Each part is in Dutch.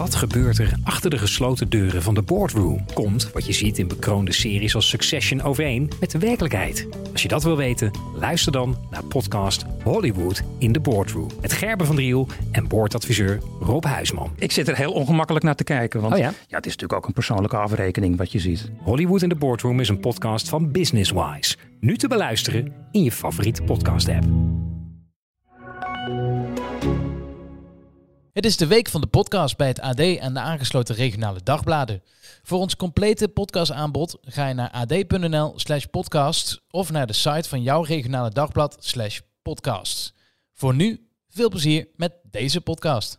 Wat gebeurt er achter de gesloten deuren van de boardroom? Komt wat je ziet in bekroonde series als Succession overeen met de werkelijkheid? Als je dat wil weten, luister dan naar podcast Hollywood in the Boardroom. Met Gerben van Driel en boordadviseur Rob Huisman. Ik zit er heel ongemakkelijk naar te kijken, want ja, het is natuurlijk ook een persoonlijke afrekening wat je ziet. Hollywood in the Boardroom is een podcast van Businesswise. Nu te beluisteren in je favoriete podcast-app. Het is de week van de podcast bij het AD en de aangesloten regionale dagbladen. Voor ons complete podcastaanbod ga je naar ad.nl/podcast of naar de site van jouw regionale dagblad /podcast. Voor nu, veel plezier met deze podcast.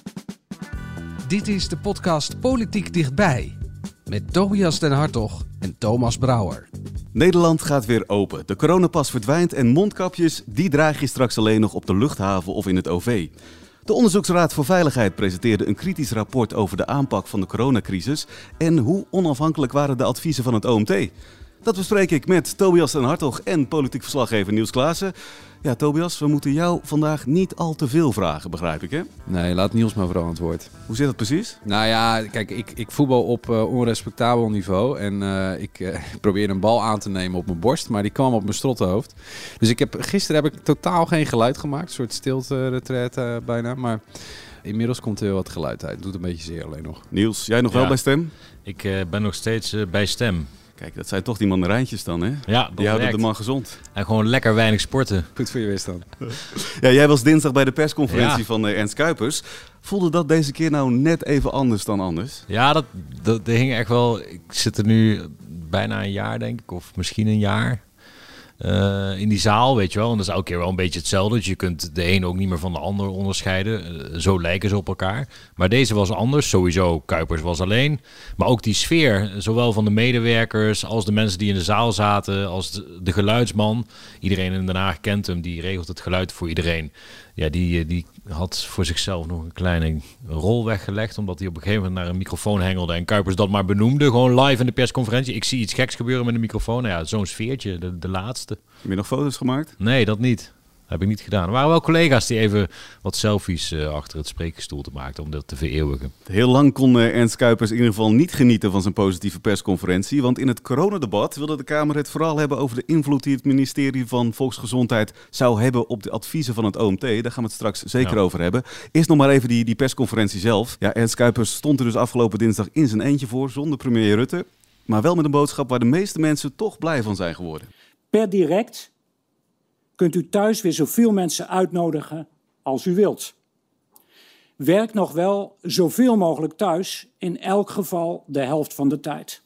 Dit is de podcast Politiek Dichtbij met Tobias den Hartog en Thomas Brouwer. Nederland gaat weer open. De coronapas verdwijnt en mondkapjes, die draag je straks alleen nog op de luchthaven of in het OV. De Onderzoeksraad voor Veiligheid presenteerde een kritisch rapport over de aanpak van de coronacrisis en hoe onafhankelijk waren de adviezen van het OMT. Dat bespreek ik met Tobias den Hartog en politiek verslaggever Niels Klaassen. Ja, Tobias, we moeten jou vandaag niet al te veel vragen, begrijp ik, hè? Nee, laat Niels maar voor antwoord. Hoe zit dat precies? Nou ja, kijk, ik voetbal op onrespectabel niveau. En ik probeerde een bal aan te nemen op mijn borst, maar die kwam op mijn strottenhoofd. Dus gisteren heb ik totaal geen geluid gemaakt. Een soort stilte-retreat bijna. Maar inmiddels komt er weer wat geluid uit. Het doet een beetje zeer alleen nog. Niels, jij nog wel bij Stem? Ik ben nog steeds bij Stem. Kijk, dat zijn toch die mandarijntjes dan, hè? Ja, die houden de man gezond. En gewoon lekker weinig sporten. Goed voor je weerstand. Ja, jij was dinsdag bij de persconferentie van Ernst Kuipers. Voelde dat deze keer nou net even anders dan anders? Ja, dat hing echt wel... Ik zit er nu bijna een jaar, denk ik, of misschien een jaar... in die zaal, weet je wel. En dat is elke keer wel een beetje hetzelfde. Dus je kunt de een ook niet meer van de ander onderscheiden. Zo lijken ze op elkaar. Maar deze was anders. Sowieso, Kuipers was alleen. Maar ook die sfeer, zowel van de medewerkers als de mensen die in de zaal zaten, als de geluidsman. Iedereen in Den Haag kent hem, die regelt het geluid voor iedereen. Ja, die had voor zichzelf nog een kleine rol weggelegd, omdat hij op een gegeven moment naar een microfoon hengelde en Kuipers dat maar benoemde, gewoon live in de persconferentie. Ik zie iets geks gebeuren met een microfoon. Nou ja, zo'n sfeertje, de laatste. Heb je nog foto's gemaakt? Nee, dat niet. Heb ik niet gedaan. Er waren wel collega's die even wat selfies achter het spreekgestoelte maakten om dat te vereeuwigen. Heel lang kon Ernst Kuipers in ieder geval niet genieten van zijn positieve persconferentie. Want in het coronadebat wilde de Kamer het vooral hebben over de invloed die het ministerie van Volksgezondheid zou hebben op de adviezen van het OMT. Daar gaan we het straks zeker over hebben. Eerst nog maar even die persconferentie zelf. Ja, Ernst Kuipers stond er dus afgelopen dinsdag in zijn eentje voor, zonder premier Rutte. Maar wel met een boodschap waar de meeste mensen toch blij van zijn geworden. Per direct kunt u thuis weer zoveel mensen uitnodigen als u wilt. Werk nog wel zoveel mogelijk thuis, in elk geval de helft van de tijd.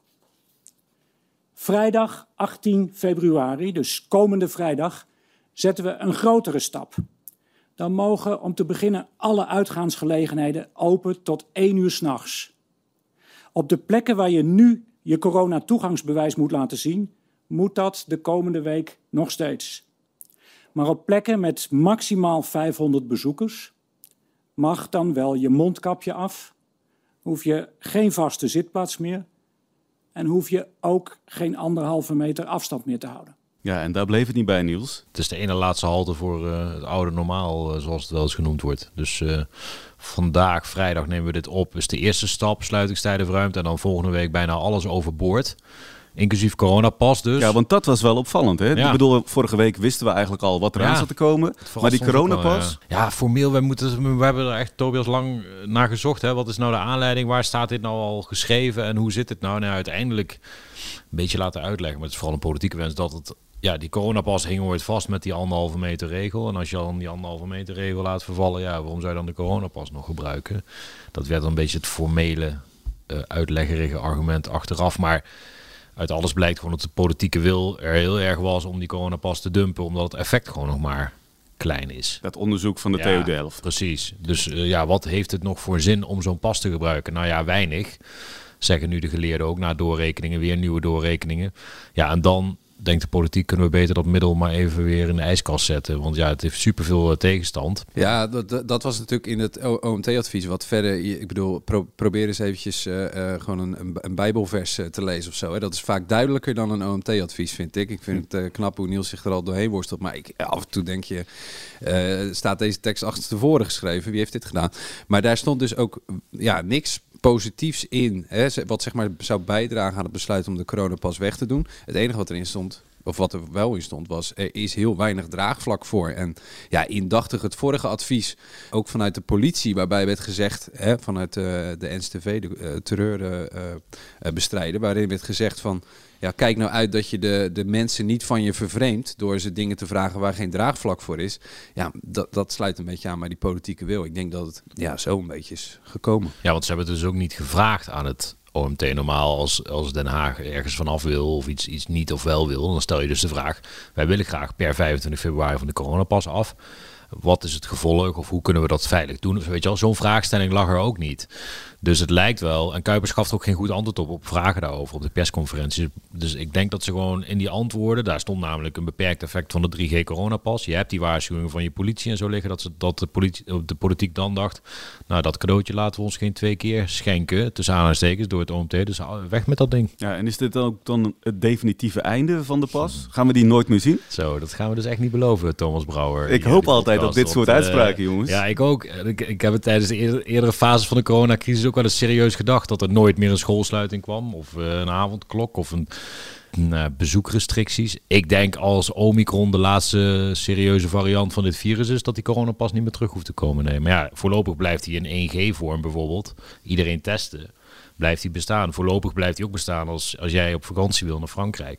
Vrijdag 18 februari, dus komende vrijdag, zetten we een grotere stap. Dan mogen om te beginnen alle uitgaansgelegenheden open tot 1 uur 's nachts. Op de plekken waar je nu je coronatoegangsbewijs moet laten zien, moet dat de komende week nog steeds. Maar op plekken met maximaal 500 bezoekers mag dan wel je mondkapje af, hoef je geen vaste zitplaats meer en hoef je ook geen 1,5 meter afstand meer te houden. Ja, en daar bleef het niet bij, Niels. Het is de ene laatste halte voor het oude normaal, zoals het wel eens genoemd wordt. Dus vandaag, vrijdag, nemen we dit op. Is de eerste stap, sluitingstijden verruimd en dan volgende week bijna alles overboord. Inclusief coronapas dus. Ja, want dat was wel opvallend, hè? Ja. Ik bedoel, vorige week wisten we eigenlijk al wat eraan zat te komen. Maar die coronapas... Ja, formeel, we hebben er echt, Tobias, lang naar gezocht. Hè? Wat is nou de aanleiding? Waar staat dit nou al geschreven? En hoe zit het nou? Nou, uiteindelijk een beetje laten uitleggen. Maar het is vooral een politieke wens dat het... Ja, die coronapas hing ooit vast met die 1,5 meter regel. En als je dan die 1,5 meter regel laat vervallen... Ja, waarom zou je dan de coronapas nog gebruiken? Dat werd dan een beetje het formele, uitleggerige argument achteraf. Maar... Uit alles blijkt gewoon dat de politieke wil er heel erg was om die coronapas te dumpen, omdat het effect gewoon nog maar klein is. Dat onderzoek van de TU Delft. Precies. Dus wat heeft het nog voor zin om zo'n pas te gebruiken? Nou ja, weinig. Zeggen nu de geleerden ook, na doorrekeningen, weer nieuwe doorrekeningen. Ja, en dan denkt de politiek, kunnen we beter dat middel maar even weer in de ijskast zetten. Want ja, het heeft superveel tegenstand. Ja, dat was natuurlijk in het OMT-advies wat verder. Ik bedoel, probeer eens eventjes gewoon een bijbelvers te lezen of zo. Hè. Dat is vaak duidelijker dan een OMT-advies, vind ik. Ik vind het knap hoe Niels zich er al doorheen worstelt. Maar af en toe denk je, staat deze tekst achterstevoren geschreven? Wie heeft dit gedaan? Maar daar stond dus ook niks positiefs in, hè, wat zeg maar zou bijdragen aan het besluit om de coronapas weg te doen. Het enige wat erin stond, of wat er wel in stond, was er is heel weinig draagvlak voor. En ja, indachtig het vorige advies, ook vanuit de politie, waarbij werd gezegd, vanuit de NSTV, de terreurbestrijder, waarin werd gezegd van, ja, kijk nou uit dat je de mensen niet van je vervreemdt door ze dingen te vragen waar geen draagvlak voor is. Ja, dat sluit een beetje aan bij die politieke wil. Ik denk dat het zo een beetje is gekomen. Ja, want ze hebben het dus ook niet gevraagd aan het OMT. Normaal als Den Haag ergens vanaf wil of iets niet of wel wil, dan stel je dus de vraag, wij willen graag per 25 februari van de coronapas af. Wat is het gevolg of hoe kunnen we dat veilig doen? Weet je wel, zo'n vraagstelling lag er ook niet. Dus het lijkt wel, en Kuipers gaf er ook geen goed antwoord op vragen daarover op de persconferentie. Dus ik denk dat ze gewoon in die antwoorden, daar stond namelijk een beperkt effect van de 3G coronapas. Je hebt die waarschuwingen van je politie en zo liggen, dat de politiek dan dacht, nou dat cadeautje laten we ons geen 2 keer schenken, tussen aanhalingstekens, door het OMT. Dus weg met dat ding. Ja, en is dit ook dan het definitieve einde van de pas? Gaan we die nooit meer zien? Zo, dat gaan we dus echt niet beloven, Thomas Brouwer. Ik hoop altijd op dit soort uitspraken, jongens. Ja, ik ook. Ik heb het tijdens de eerdere fases van de coronacrisis ook wel eens serieus gedacht dat er nooit meer een schoolsluiting kwam of een avondklok of een bezoekrestricties. Ik denk als Omicron de laatste serieuze variant van dit virus is, dat die coronapas niet meer terug hoeft te komen. Nee, maar ja, voorlopig blijft hij in 1G-vorm bijvoorbeeld. Iedereen testen. Blijft hij bestaan. Voorlopig blijft hij ook bestaan als jij op vakantie wil naar Frankrijk.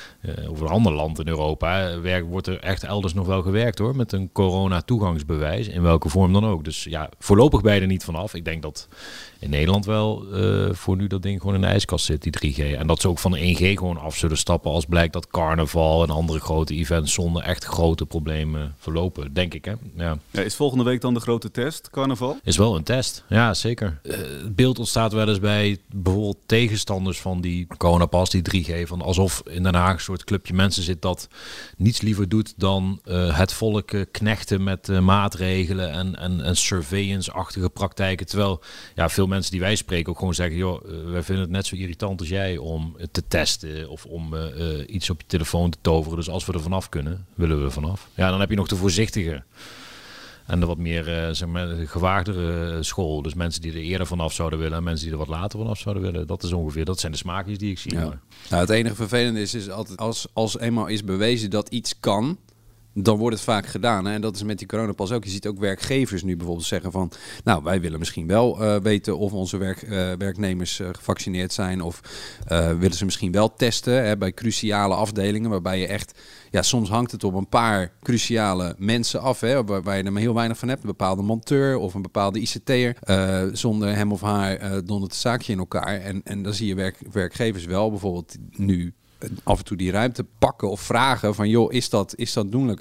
Of een ander land in Europa wordt er echt elders nog wel gewerkt hoor, met een corona-toegangsbewijs, in welke vorm dan ook. Dus ja, voorlopig ben je er niet vanaf. Ik denk dat in Nederland wel voor nu dat ding gewoon in de ijskast zit, die 3G. En dat ze ook van de 1G gewoon af zullen stappen als blijkt dat carnaval en andere grote events zonder echt grote problemen verlopen, denk ik. Hè? Ja. Ja, is volgende week dan de grote test, carnaval? Is wel een test, ja zeker. Het beeld ontstaat wel eens bij bijvoorbeeld tegenstanders van die coronapas, die 3G, van alsof in Den Haag een soort clubje mensen zit dat niets liever doet dan het volk knechten met maatregelen en surveillance-achtige praktijken. Terwijl ja, veel mensen die wij spreken ook gewoon zeggen, joh, wij vinden het net zo irritant als jij om te testen of om iets op je telefoon te toveren. Dus als we er vanaf kunnen, willen we er vanaf. Ja, dan heb je nog de voorzichtige en de wat meer gewaagdere school. Dus mensen die er eerder vanaf zouden willen en mensen die er wat later vanaf zouden willen. Dat zijn de smaakjes die ik zie. Ja. Nou, het enige vervelende is altijd als eenmaal is bewezen dat iets kan, dan wordt het vaak gedaan. Hè? En dat is met die coronapas ook. Je ziet ook werkgevers nu bijvoorbeeld zeggen van, nou, wij willen misschien wel weten of onze werknemers gevaccineerd zijn of willen ze misschien wel testen bij cruciale afdelingen waarbij je echt, ja, soms hangt het op een paar cruciale mensen af, hè, waar je er maar heel weinig van hebt. Een bepaalde monteur of een bepaalde ICT'er. Zonder hem of haar dondert het zaakje in elkaar. En dan zie je werkgevers wel bijvoorbeeld nu af en toe die ruimte pakken of vragen van, joh, is dat doenlijk?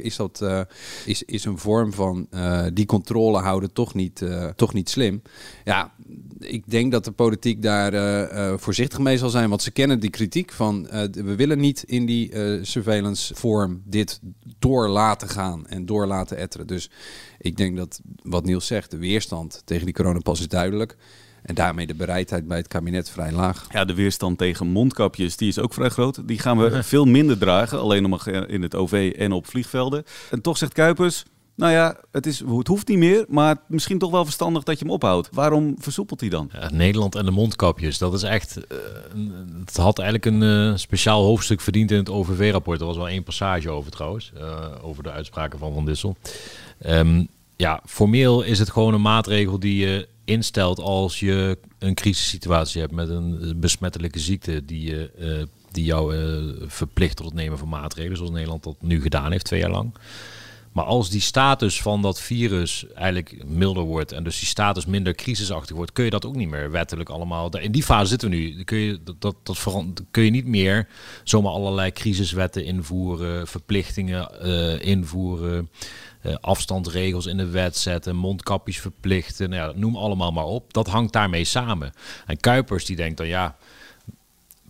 Is een vorm van die controle houden toch niet slim? Ja, ik denk dat de politiek daar voorzichtig mee zal zijn, want ze kennen die kritiek van we willen niet in die surveillance vorm dit door laten gaan en door laten etteren. Dus ik denk dat wat Niels zegt, de weerstand tegen die coronapas is duidelijk. En daarmee de bereidheid bij het kabinet vrij laag. Ja, de weerstand tegen mondkapjes, die is ook vrij groot. Die gaan we veel minder dragen, alleen nog in het OV en op vliegvelden. En toch zegt Kuipers, nou ja, het hoeft niet meer, maar misschien toch wel verstandig dat je hem ophoudt. Waarom versoepelt hij dan? Ja, Nederland en de mondkapjes, dat is echt... het had eigenlijk een speciaal hoofdstuk verdiend in het OVV-rapport. Er was wel 1 passage over trouwens, over de uitspraken van Van Dissel. Ja, formeel is het gewoon een maatregel die je instelt als je een crisissituatie hebt met een besmettelijke ziekte die jou verplicht tot het nemen van maatregelen, zoals Nederland dat nu gedaan heeft 2 jaar lang. Maar als die status van dat virus eigenlijk milder wordt en dus die status minder crisisachtig wordt, kun je dat ook niet meer wettelijk allemaal. In die fase zitten we nu. Kun je niet meer zomaar allerlei crisiswetten invoeren, verplichtingen invoeren, afstandsregels in de wet zetten, mondkapjes verplichten. Nou ja, noem allemaal maar op. Dat hangt daarmee samen. En Kuipers die denkt dan, ja,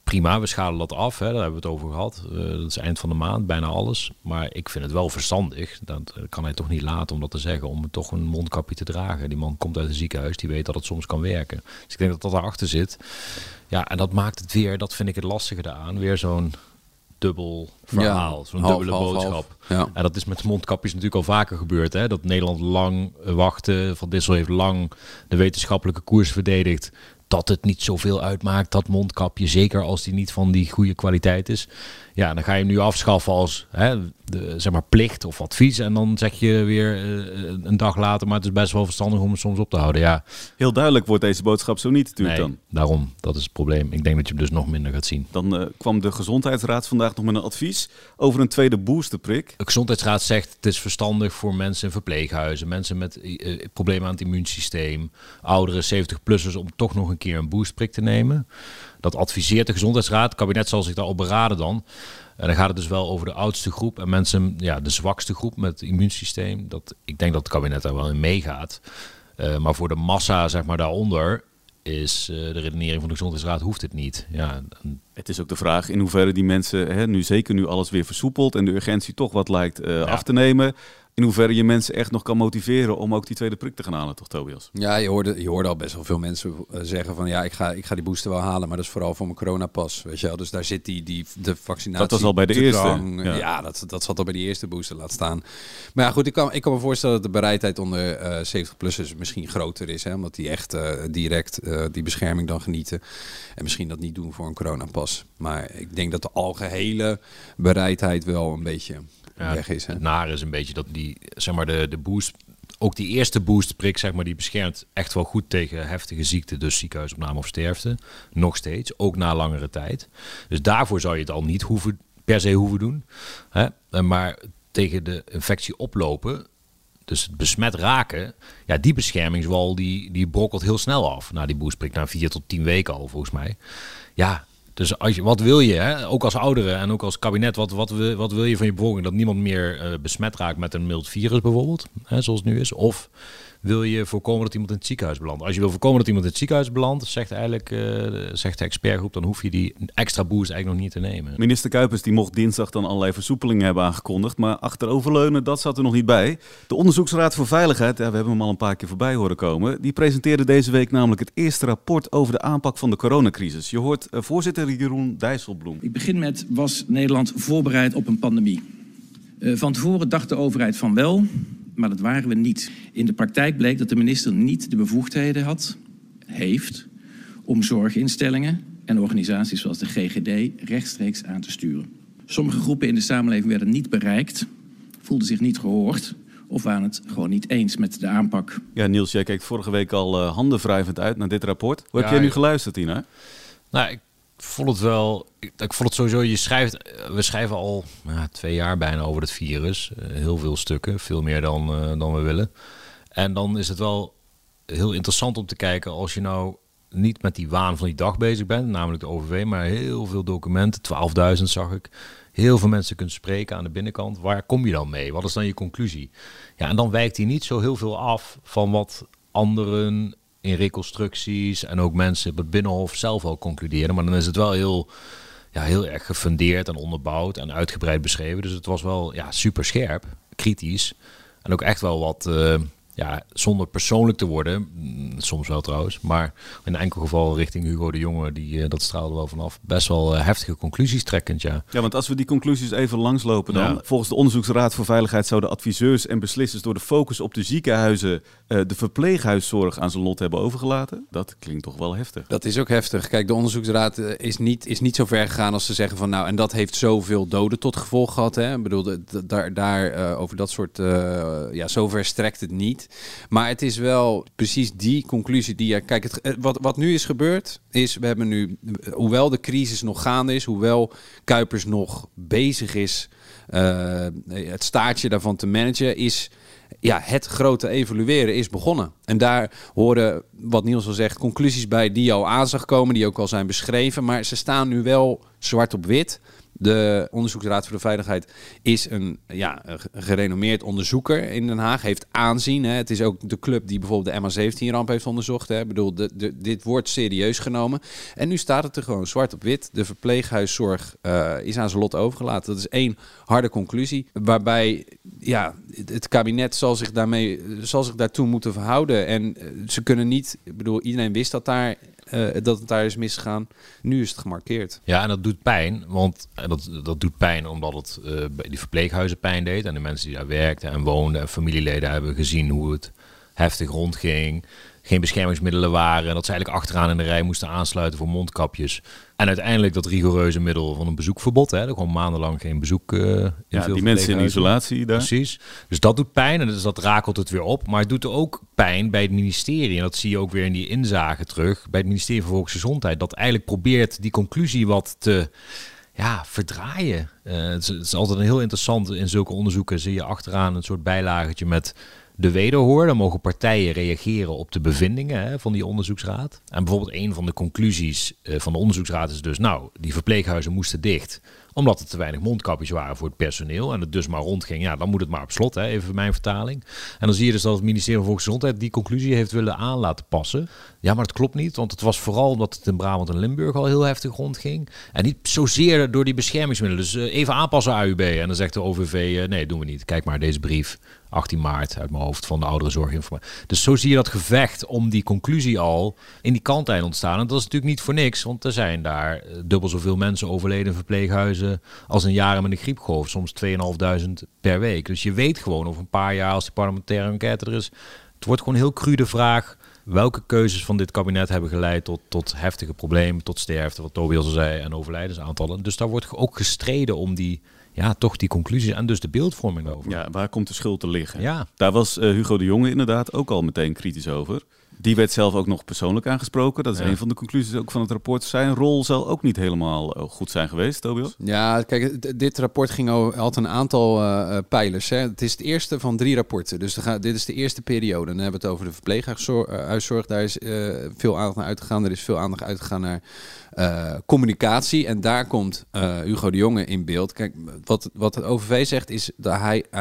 prima, we schalen dat af. Hè, daar hebben we het over gehad. Dat is eind van de maand, bijna alles. Maar ik vind het wel verstandig, dat kan hij toch niet laten om dat te zeggen, om toch een mondkapje te dragen. Die man komt uit een ziekenhuis, die weet dat het soms kan werken. Dus ik denk dat dat daarachter zit. Ja, en dat maakt het weer, dat vind ik het lastige daaraan, weer zo'n dubbel verhaal, zo'n dubbele boodschap. Half. Ja. En dat is met mondkapjes natuurlijk al vaker gebeurd. Hè? Dat Nederland lang wachtte. Van Dissel heeft lang de wetenschappelijke koers verdedigd. Dat het niet zoveel uitmaakt, dat mondkapje. Zeker als die niet van die goede kwaliteit is. Ja, dan ga je hem nu afschaffen als zeg maar plicht of advies. En dan zeg je weer een dag later, maar het is best wel verstandig om het soms op te houden. Ja. Heel duidelijk wordt deze boodschap zo niet natuurlijk dan. Daarom. Dat is het probleem. Ik denk dat je hem dus nog minder gaat zien. Dan kwam de Gezondheidsraad vandaag nog met een advies over een tweede boosterprik. De Gezondheidsraad zegt het is verstandig voor mensen in verpleeghuizen, mensen met problemen aan het immuunsysteem, ouderen, 70-plussers, om toch nog een keer een boostprik te nemen. Dat adviseert de Gezondheidsraad. Het kabinet zal zich daarop beraden dan. En dan gaat het dus wel over de oudste groep en mensen, ja, de zwakste groep met het immuunsysteem. Ik denk dat het kabinet daar wel in meegaat. Maar voor de massa, zeg maar, daaronder is de redenering van de Gezondheidsraad hoeft het niet. Ja. Het is ook de vraag in hoeverre die mensen, nu alles weer versoepelt en de urgentie toch wat lijkt af te nemen. In hoeverre je mensen echt nog kan motiveren om ook die tweede prik te gaan halen, toch Tobias? Ja, je hoorde al best wel veel mensen zeggen van ja, ik ga die booster wel halen, maar dat is vooral voor mijn coronapas, weet je wel. Dus daar zit de vaccinatie. Dat was al bij de eerste. Ja, dat zat al bij die eerste booster, laat staan. Maar ja, goed, ik kan me voorstellen dat de bereidheid onder 70-plussers misschien groter is, hè, omdat die echt direct die bescherming dan genieten. En misschien dat niet doen voor een coronapas. Maar ik denk dat de algehele bereidheid wel een beetje weg is. Hè? Het nare is een beetje dat die, zeg maar, de boost, ook die eerste boostprik, zeg maar, die beschermt echt wel goed tegen heftige ziekte, dus ziekenhuisopname of sterfte. Nog steeds, ook na langere tijd. Dus daarvoor zou je het al niet per se hoeven doen. Hè? Maar tegen de infectie oplopen, dus het besmet raken, ja, die beschermingswal die brokkelt heel snel af. Na die boostprik, na 4 tot 10 weken al, volgens mij. Ja. Dus wat wil je, hè? Ook als ouderen en ook als kabinet, wat wil je van je bevolking? Dat niemand meer besmet raakt met een mild virus bijvoorbeeld, hè, zoals het nu is? Of wil je voorkomen dat iemand in het ziekenhuis belandt? Als je wil voorkomen dat iemand in het ziekenhuis belandt, zegt de expertgroep, dan hoef je die extra boost eigenlijk nog niet te nemen. Minister Kuipers die mocht dinsdag dan allerlei versoepelingen hebben aangekondigd, maar achteroverleunen, dat zat er nog niet bij. De Onderzoeksraad voor Veiligheid, we hebben hem al een paar keer voorbij horen komen, die presenteerde deze week namelijk het eerste rapport over de aanpak van de coronacrisis. Je hoort voorzitter Jeroen Dijsselbloem. Ik begin met, was Nederland voorbereid op een pandemie? Van tevoren dacht de overheid van wel, maar dat waren we niet. In de praktijk bleek dat de minister niet de bevoegdheden heeft om zorginstellingen en organisaties zoals de GGD rechtstreeks aan te sturen. Sommige groepen in de samenleving werden niet bereikt, voelden zich niet gehoord of waren het gewoon niet eens met de aanpak. Ja, Niels, jij keek vorige week al handenwrijvend uit naar dit rapport. Hoe heb jij nu geluisterd hiernaar? Nou, ik vond het wel. Ik vond het sowieso. We schrijven al 2 jaar bijna over het virus. Heel veel stukken, veel meer dan we willen. En dan is het wel heel interessant om te kijken als je nou niet met die waan van die dag bezig bent, namelijk de OVV, maar heel veel documenten, 12.000 zag ik. Heel veel mensen kunt spreken aan de binnenkant. Waar kom je dan mee? Wat is dan je conclusie? Ja, en dan wijkt hij niet zo heel veel af van wat anderen in reconstructies en ook mensen op het Binnenhof zelf al concluderen. Maar dan is het wel heel erg gefundeerd en onderbouwd en uitgebreid beschreven. Dus het was wel super scherp, kritisch en ook echt wel wat, zonder persoonlijk te worden, soms wel trouwens, maar in een enkel geval richting Hugo de Jonge, dat straalde wel vanaf. Best wel heftige conclusies trekkend, ja. Ja, want als we die conclusies even langslopen dan. Ja. Volgens de Onderzoeksraad voor Veiligheid zouden adviseurs en beslissers door de focus op de ziekenhuizen de verpleeghuiszorg aan zijn lot hebben overgelaten. Dat klinkt toch wel heftig. Dat is ook heftig. Kijk, de Onderzoeksraad is niet zo ver gegaan als te zeggen van en dat heeft zoveel doden tot gevolg gehad. Hè? Ik bedoel, over dat soort, zover strekt het niet. Maar het is wel precies die conclusie die kijk, wat nu is gebeurd is, we hebben nu, hoewel de crisis nog gaande is, hoewel Kuipers nog bezig is het staartje daarvan te managen, is het grote evalueren is begonnen. En daar horen, wat Niels al zegt, conclusies bij die al aan zag komen, die ook al zijn beschreven. Maar ze staan nu wel zwart op wit. De Onderzoeksraad voor de Veiligheid is een gerenommeerd onderzoeker in Den Haag. Heeft aanzien. Hè. Het is ook de club die bijvoorbeeld de MH17-ramp heeft onderzocht. Hè. Ik bedoel, dit wordt serieus genomen. En nu staat het er gewoon zwart op wit. De verpleeghuiszorg is aan zijn lot overgelaten. Dat is één harde conclusie. Waarbij het kabinet zal zich daartoe moeten verhouden. En ze kunnen niet... Ik bedoel, iedereen wist dat het daar is misgegaan. Nu is het gemarkeerd. Ja, en dat doet pijn. Want dat doet pijn omdat het die verpleeghuizen pijn deed. En de mensen die daar werkten en woonden en familieleden hebben gezien hoe het heftig rondging. Geen beschermingsmiddelen waren. Dat ze eigenlijk achteraan in de rij moesten aansluiten voor mondkapjes. En uiteindelijk dat rigoureuze middel van een bezoekverbod. Hè, gewoon maandenlang geen bezoek in veel die mensen in isolatie daar. Precies. Dus dat doet pijn en dus dat rakelt het weer op. Maar het doet ook pijn bij het ministerie. En dat zie je ook weer in die inzage terug. Bij het ministerie van Volksgezondheid. Dat eigenlijk probeert die conclusie wat te verdraaien. Het is altijd een heel interessant. In zulke onderzoeken zie je achteraan een soort bijlagetje met... de wederhoor. Dan mogen partijen reageren op de bevindingen van die onderzoeksraad. En bijvoorbeeld een van de conclusies van de onderzoeksraad is dus... die verpleeghuizen moesten dicht... omdat er te weinig mondkapjes waren voor het personeel... en het dus maar rondging. Ja, dan moet het maar op slot, even mijn vertaling. En dan zie je dus dat het ministerie van Volksgezondheid... die conclusie heeft willen aan laten passen. Ja, maar dat klopt niet, want het was vooral... omdat het in Brabant en Limburg al heel heftig rondging. En niet zozeer door die beschermingsmiddelen. Dus even aanpassen AUB. En dan zegt de OVV, nee, doen we niet. Kijk maar, deze brief... 18 maart uit mijn hoofd van de ouderenzorginformatie. Dus zo zie je dat gevecht om die conclusie al in die kantlijn ontstaan. En dat is natuurlijk niet voor niks, want er zijn daar dubbel zoveel mensen overleden in verpleeghuizen als in jaren met een griepgolf. Soms 2.500 per week. Dus je weet gewoon over een paar jaar als die parlementaire enquête er is. Het wordt gewoon een heel cru de vraag welke keuzes van dit kabinet hebben geleid tot heftige problemen, tot sterfte, wat Tobias al zei, en overlijdensaantallen. Dus daar wordt ook gestreden om die conclusies en dus de beeldvorming over. Ja, waar komt de schuld te liggen? Ja. Daar was Hugo de Jonge inderdaad ook al meteen kritisch over. Die werd zelf ook nog persoonlijk aangesproken. Dat is een van de conclusies ook van het rapport. Zijn rol zal ook niet helemaal goed zijn geweest, Tobias? Ja, kijk, dit rapport had een aantal pijlers. Hè. Het is het eerste van 3 rapporten. Dus dit is de eerste periode. Dan hebben we het over de verpleeghuiszorg. Daar is veel aandacht naar uitgegaan. Er is veel aandacht uitgegaan naar communicatie. En daar komt Hugo de Jonge in beeld. Kijk, wat het OVV zegt is dat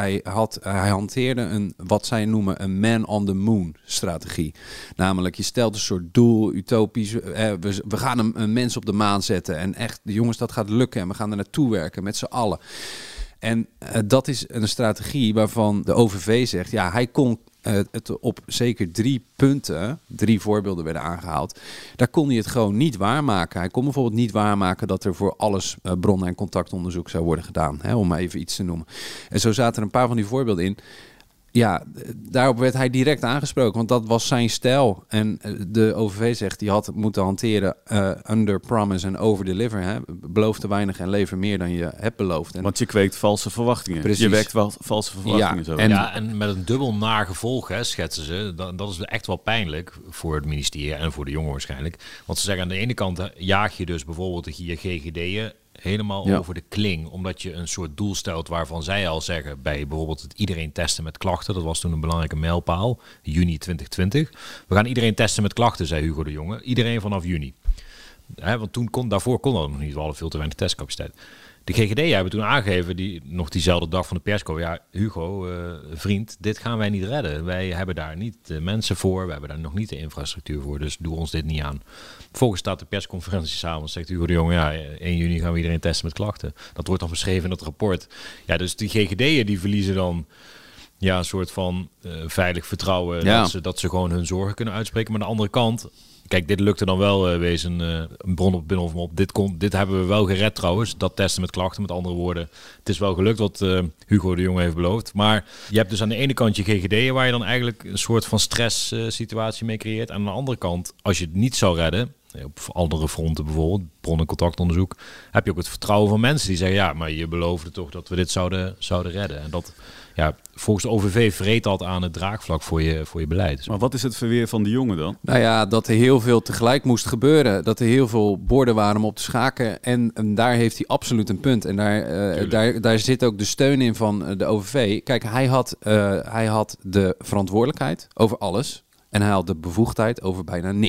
hij hanteerde wat zij noemen een man on the moon strategie. Namelijk, je stelt een soort doel, utopisch. We gaan een mens op de maan zetten. En echt, jongens, dat gaat lukken. En we gaan er naartoe werken met z'n allen. En dat is een strategie waarvan de OVV zegt... ja, hij kon het op zeker 3 punten, 3 voorbeelden werden aangehaald... daar kon hij het gewoon niet waarmaken. Hij kon bijvoorbeeld niet waarmaken dat er voor alles bronnen- en contactonderzoek zou worden gedaan. Hè, om maar even iets te noemen. En zo zaten er een paar van die voorbeelden in... Ja, daarop werd hij direct aangesproken, want dat was zijn stijl. En de OVV zegt, die had moeten hanteren under promise en over deliver. Hè? Beloof te weinig en lever meer dan je hebt beloofd. En want je kweekt valse verwachtingen. Precies. Je wekt wel valse verwachtingen. Zo. En met een dubbel nagevolg, schetsen ze. Dat is echt wel pijnlijk voor het ministerie en voor de jongen waarschijnlijk. Want ze zeggen aan de ene kant jaag je dus bijvoorbeeld hier GGD'en helemaal over de kling. Omdat je een soort doel stelt waarvan zij al zeggen... bij bijvoorbeeld het iedereen testen met klachten. Dat was toen een belangrijke mijlpaal. Juni 2020. We gaan iedereen testen met klachten, zei Hugo de Jonge. Iedereen vanaf juni. Want daarvoor kon dat nog niet. We hadden veel te weinig testcapaciteit. De GGD hebben toen aangegeven, diezelfde dag van de persco... ja, Hugo, vriend, dit gaan wij niet redden. Wij hebben daar niet de mensen voor. We hebben daar nog niet de infrastructuur voor. Dus doe ons dit niet aan. Vervolgens staat de persconferentie samen. Zegt Hugo de Jonge, ja, 1 juni gaan we iedereen testen met klachten. Dat wordt dan beschreven in het rapport. Ja, dus die GGD'en die verliezen dan... ja, een soort van veilig vertrouwen... dat ze gewoon hun zorgen kunnen uitspreken. Maar aan de andere kant... Kijk, dit lukte dan wel, wees een bron op Binnenhof op. Dit hebben we wel gered trouwens, dat testen met klachten. Met andere woorden, het is wel gelukt wat Hugo de Jonge heeft beloofd. Maar je hebt dus aan de ene kant je GGD'en... waar je dan eigenlijk een soort van stress situatie mee creëert. En aan de andere kant, als je het niet zou redden... op andere fronten bijvoorbeeld, bron- en contactonderzoek... heb je ook het vertrouwen van mensen die zeggen... ja, maar je beloofde toch dat we dit zouden redden. En dat... ja, volgens de OVV vreet dat aan het draagvlak voor je beleid. Maar wat is het verweer van de jongen dan? Nou ja, dat er heel veel tegelijk moest gebeuren. Dat er heel veel borden waren om op te schaken. En daar heeft hij absoluut een punt. En daar zit ook de steun in van de OVV. Kijk, hij had de verantwoordelijkheid over alles. En hij had de bevoegdheid over bijna niks.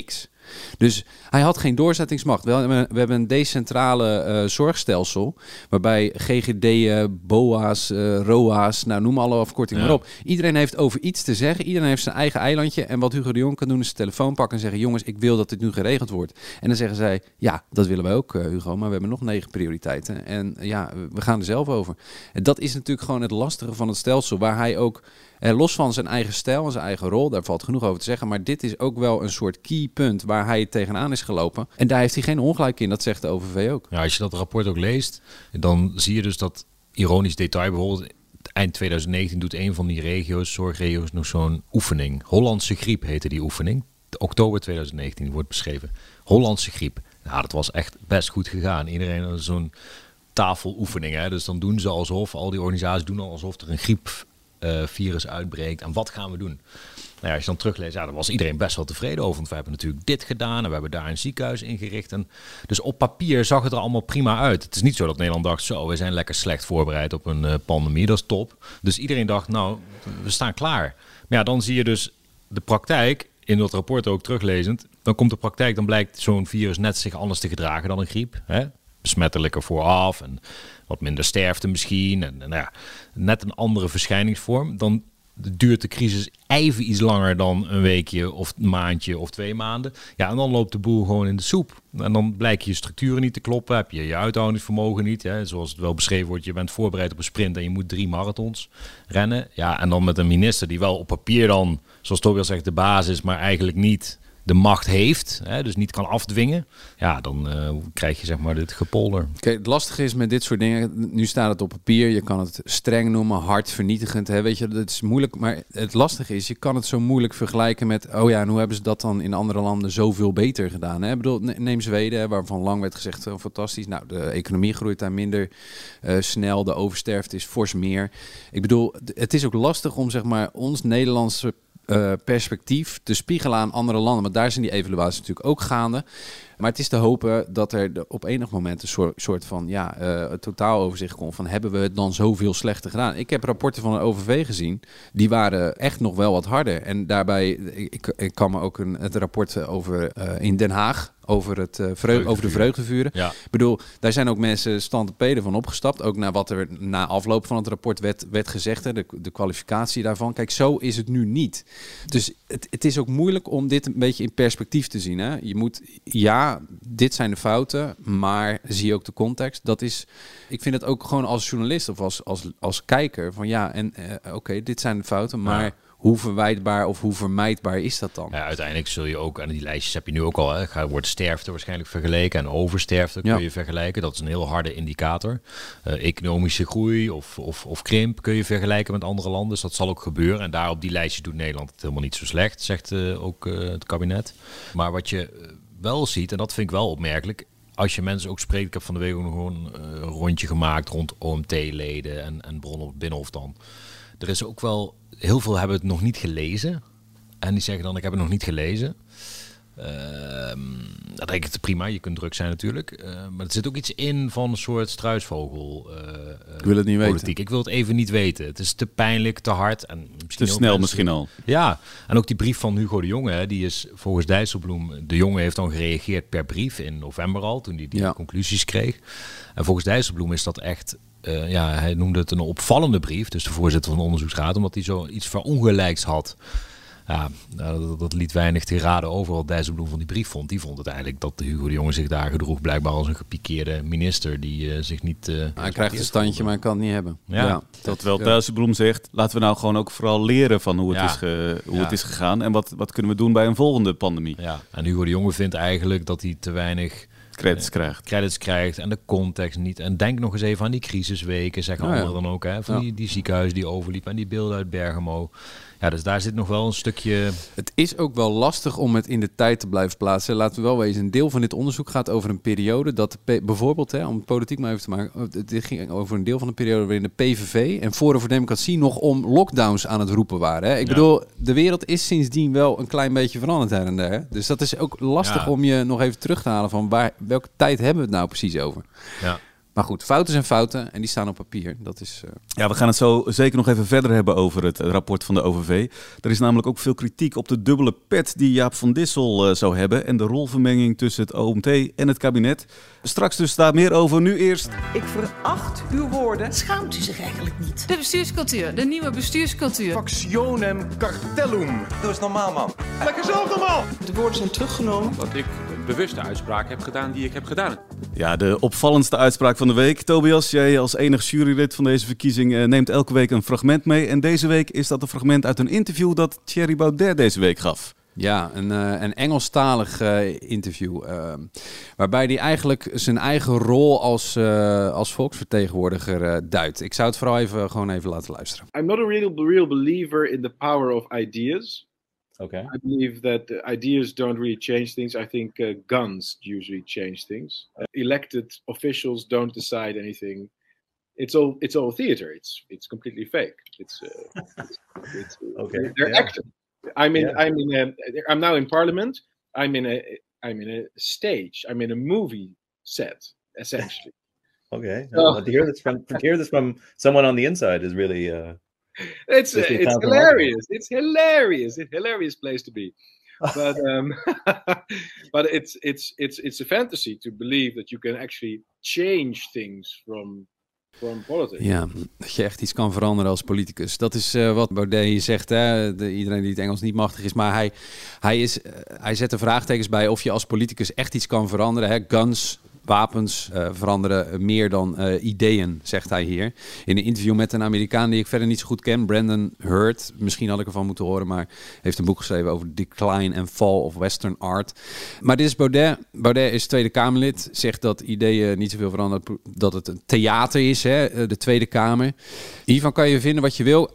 Dus hij had geen doorzettingsmacht. We hebben een decentrale zorgstelsel, waarbij GGD'en, BOA's, ROA's, nou noem alle afkortingen maar op. Iedereen heeft over iets te zeggen. Iedereen heeft zijn eigen eilandje. En wat Hugo de Jong kan doen is zijn telefoon pakken en zeggen, jongens, ik wil dat dit nu geregeld wordt. En dan zeggen zij, ja, dat willen wij ook, Hugo, maar we hebben nog 9 prioriteiten. En ja, we gaan er zelf over. En dat is natuurlijk gewoon het lastige van het stelsel, waar hij ook, los van zijn eigen stijl en zijn eigen rol, daar valt genoeg over te zeggen, maar dit is ook wel een soort keypunt waar hij tegenaan is gelopen. En daar heeft hij geen ongelijk in, dat zegt de OVV ook. Ja, als je dat rapport ook leest, dan zie je dus dat, ironisch detail bijvoorbeeld, eind 2019 doet een van die regio's, zorgregio's, nog zo'n oefening. Hollandse griep heette die oefening. Oktober 2019 wordt beschreven. Hollandse griep. Nou, dat was echt best goed gegaan. Iedereen had zo'n tafeloefening. Hè? Dus dan doen ze alsof, al die organisaties doen alsof er een griepvirus uitbreekt. En wat gaan we doen? Nou ja, als je dan terugleest, ja, daar was iedereen best wel tevreden over. Want we hebben natuurlijk dit gedaan en we hebben daar een ziekenhuis ingericht. En dus op papier zag het er allemaal prima uit. Het is niet zo dat Nederland dacht, zo, we zijn lekker slecht voorbereid op een pandemie. Dat is top. Dus iedereen dacht, nou, we staan klaar. Maar ja, dan zie je dus de praktijk, in dat rapport ook teruglezend. Dan komt de praktijk, dan blijkt zo'n virus net zich anders te gedragen dan een griep. Hè? Besmettelijker vooraf en wat minder sterfte misschien. En nou ja, net een andere verschijningsvorm. Dan duurt de crisis even iets langer dan een weekje of een maandje of 2 maanden. Ja, en dan loopt de boel gewoon in de soep. En dan blijken je structuren niet te kloppen. Heb je je uithoudingsvermogen niet. Hè? Zoals het wel beschreven wordt, je bent voorbereid op een sprint en je moet 3 marathons rennen. Ja, en dan met een minister die wel op papier dan, zoals Tobias zegt, de basis, maar eigenlijk niet de macht heeft, hè, dus niet kan afdwingen, ja, dan krijg je zeg maar dit gepolder. Kijk, het lastige is met dit soort dingen, nu staat het op papier, je kan het streng noemen, hard, vernietigend, hè, weet je, dat is moeilijk, maar het lastige is, je kan het zo moeilijk vergelijken met, oh ja, en hoe hebben ze dat dan in andere landen zoveel beter gedaan, hè? Ik bedoel, neem Zweden, hè, waarvan lang werd gezegd, fantastisch, nou, de economie groeit daar minder snel, de oversterfte is fors meer. Ik bedoel, het is ook lastig om zeg maar ons Nederlandse perspectief te spiegelen aan andere landen. Want daar zijn die evaluaties natuurlijk ook gaande. Maar het is te hopen dat er op enig moment een soort van totaaloverzicht komt van hebben we het dan zoveel slechter gedaan. Ik heb rapporten van de OVV gezien, die waren echt nog wel wat harder. En daarbij, ik kan me ook het rapport over in Den Haag, over de vreugdevuren. Ja. Ik bedoel, daar zijn ook mensen standpeden van opgestapt. Ook naar wat er na afloop van het rapport werd gezegd. Hè, de kwalificatie daarvan. Kijk, zo is het nu niet. Dus het is ook moeilijk om dit een beetje in perspectief te zien. Hè. Je moet, ja, dit zijn de fouten, maar zie ook de context. Dat is, ik vind het ook gewoon als journalist of als kijker van ja, en oké, dit zijn de fouten, maar ja, hoe verwijtbaar of hoe vermijdbaar is dat dan? Ja, uiteindelijk zul je ook, en die lijstjes heb je nu ook al, hè, wordt sterfte waarschijnlijk vergeleken en oversterfte kun je vergelijken. Dat is een heel harde indicator. Economische groei of krimp kun je vergelijken met andere landen. Dus dat zal ook gebeuren. En daar op die lijstje doet Nederland het helemaal niet zo slecht, zegt ook het kabinet. Maar wat je wel ziet, en dat vind ik wel opmerkelijk, als je mensen ook spreekt, ik heb van de week ook nog gewoon een rondje gemaakt rond OMT-leden en bronnen op het Binnenhof dan. Er is ook wel, heel veel hebben het nog niet gelezen. En die zeggen dan, ik heb het nog niet gelezen. Dat denk ik prima, je kunt druk zijn natuurlijk. Maar er zit ook iets in van een soort struisvogel ik wil het niet politiek. weten. Ik wil het even niet weten. Het is te pijnlijk, te hard. En te snel misschien al. Ja, en ook die brief van Hugo de Jonge, hè, die is volgens Dijsselbloem, de Jonge heeft dan gereageerd per brief in november al, toen hij die conclusies kreeg. En volgens Dijsselbloem is dat echt, hij noemde het een opvallende brief, dus de voorzitter van de onderzoeksraad, omdat hij zo iets verongelijks had. Ja, dat liet weinig te raden over wat Dijsselbloem van die brief vond. Die vond het eigenlijk dat Hugo de Jonge zich daar gedroeg blijkbaar als een gepikeerde minister die zich niet... hij krijgt een standje, maar hij kan het niet hebben. Ja. Dat wel Dijsselbloem zegt, laten we nou gewoon ook vooral leren van hoe het is gegaan. En wat kunnen we doen bij een volgende pandemie. Ja, en Hugo de Jonge vindt eigenlijk dat hij te weinig credits krijgt en de context niet. En denk nog eens even aan die crisisweken, zeggen anderen dan ook. Hè, van die ziekenhuizen die overliepen en die beelden uit Bergamo. Ja, dus daar zit nog wel een stukje... Het is ook wel lastig om het in de tijd te blijven plaatsen. Laten we wel wezen, een deel van dit onderzoek gaat over een periode dat bijvoorbeeld, om het politiek maar even te maken, dit ging over een deel van de periode waarin de PVV en Forum voor Democratie nog om lockdowns aan het roepen waren. Hè. Ik bedoel, de wereld is sindsdien wel een klein beetje veranderd her en der. Hè. Dus dat is ook lastig om je nog even terug te halen van welke tijd hebben we het nou precies over. Ja. Maar goed, fouten zijn fouten en die staan op papier. Dat is... Ja, we gaan het zo zeker nog even verder hebben over het rapport van de OVV. Er is namelijk ook veel kritiek op de dubbele pet die Jaap van Dissel zou hebben en de rolvermenging tussen het OMT en het kabinet. Straks dus daar meer over. Nu eerst... Ik veracht uw woorden. Schaamt u zich eigenlijk niet? De bestuurscultuur, de nieuwe bestuurscultuur. Factionem cartellum. Doe eens normaal, man. Lekker zelf normaal. De woorden zijn teruggenomen. Dat ik een bewuste uitspraak heb gedaan die ik heb gedaan. Ja, de opvallendste uitspraak van de week. Tobias, jij als enig jurylid van deze verkiezing neemt elke week een fragment mee. En deze week is dat een fragment uit een interview dat Thierry Baudet deze week gaf. Ja, een Engelstalig interview. Waarbij hij eigenlijk zijn eigen rol als volksvertegenwoordiger duidt. Ik zou het vooral gewoon even laten luisteren. I'm not a real believer in the power of ideas. Okay. I believe that ideas don't really change things. I think guns usually change things. Elected officials don't decide anything. It's all theater. It's completely fake. It's okay. They're acting. I'm now in Parliament. I'm in a stage. I'm in a movie set, essentially. Okay. Well, to hear this from someone on the inside is really. It's hilarious. It's hilarious. It's a hilarious place to be. But it's a fantasy to believe that you can actually change things from politics. Ja, dat je echt iets kan veranderen als politicus. Dat is wat Baudet hier zegt. Hè? Iedereen die het Engels niet machtig is. Maar hij zet er vraagtekens bij of je als politicus echt iets kan veranderen. Hè? Guns, wapens veranderen meer dan ideeën, zegt hij hier. In een interview met een Amerikaan die ik verder niet zo goed ken, Brandon Hurt. Misschien had ik ervan moeten horen, maar heeft een boek geschreven over Decline and Fall of Western Art. Maar dit is Baudet. Baudet is Tweede Kamerlid. Zegt dat ideeën niet zoveel veranderen, dat het een theater is, hè, de Tweede Kamer. Hiervan kan je vinden wat je wil.